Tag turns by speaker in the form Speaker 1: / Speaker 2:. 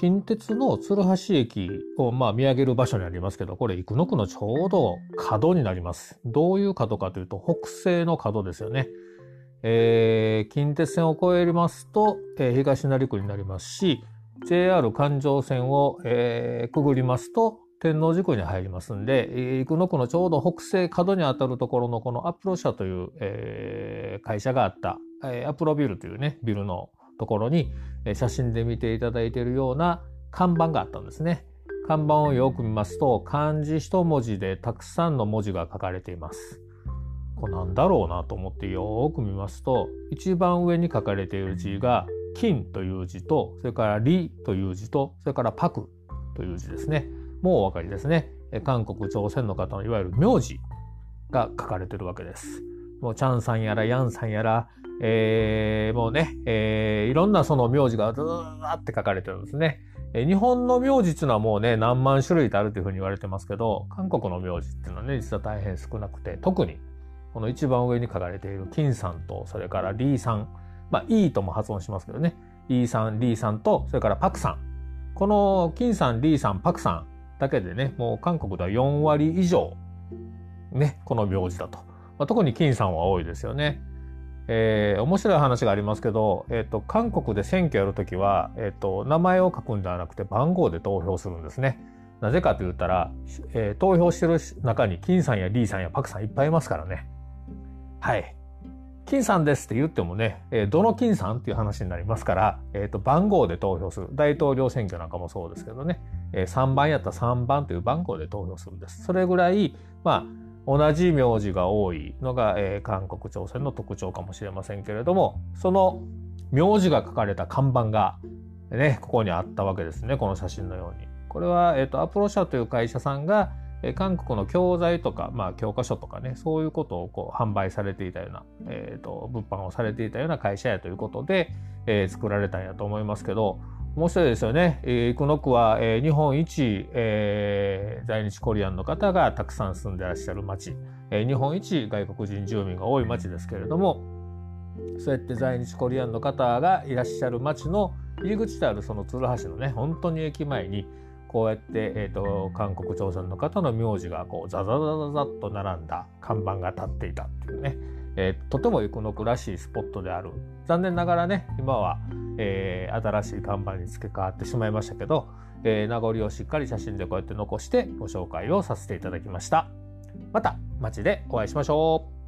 Speaker 1: 近鉄の鶴橋駅を見上げる場所にありますけど、これ生野区のちょうど角になります。どういう角かというと、北西の角ですよね。近鉄線を越えますと、東成区になりますし、JR 環状線を、くぐりますと天王寺区に入りますんで、生野区のちょうど北西角にあたるところのこのアプロ社という、会社があった、アプロビルというねビルのところに、写真で見ていただいているような看板があったんですね。看板をよく見ますと漢字一文字でたくさんの文字が書かれています。これなんだろうなと思ってよく見ますと、一番上に書かれている字が金という字と、それから李という字と、それからパクという字ですね。もうお分かりですね。韓国朝鮮の方のいわゆる名字が書かれているわけです。もうチャンさんやらヤンさんやら、もうね、いろんなその名字がずーって書かれてるんですね。日本の名字っていうのはもうね何万種類とあるというふうに言われてますけど、韓国の名字っていうのはね実は大変少なくて、特にこの一番上に書かれている金さんと、それからリーさん、イーとも発音しますけどね、イーさん、リーさんと、それからパクさん、この金さん、リーさん、パクさんだけでね、もう韓国では4割以上ねこの名字だと、特に金さんは多いですよね。面白い話がありますけど、韓国で選挙やるときは、名前を書くんではなくて番号で投票するんですね。なぜかと言ったら、投票してる中に金さんやリーさんやパクさんいっぱいいますからね。はい。金さんですって言ってもね、どの金さんっていう話になりますから、番号で投票する。大統領選挙なんかもそうですけどね、3番やったら3番という番号で投票するんです。それぐらい、同じ名字が多いのが、韓国朝鮮の特徴かもしれませんけれども、その名字が書かれた看板がね、ここにあったわけですね。この写真のように。これは、アプロ社という会社さんが、韓国の教材とか、教科書とかね、そういうことをこう販売されていたような、物販をされていたような会社やということで、作られたんやと思いますけど、面白いですよね。生野区は、日本一、在日コリアンの方がたくさん住んでいらっしゃる町、日本一外国人住民が多い町ですけれども、そうやって在日コリアンの方がいらっしゃる町の入り口であるその鶴橋のね、本当に駅前にこうやって、韓国朝鮮の方の名字がこうザザザザザッと並んだ看板が立っていたっていうね、とても生野区らしいスポットである。残念ながらね、今は、新しい看板に付け替わってしまいましたけど、名残をしっかり写真でこうやって残してご紹介をさせていただきました。また街でお会いしましょう。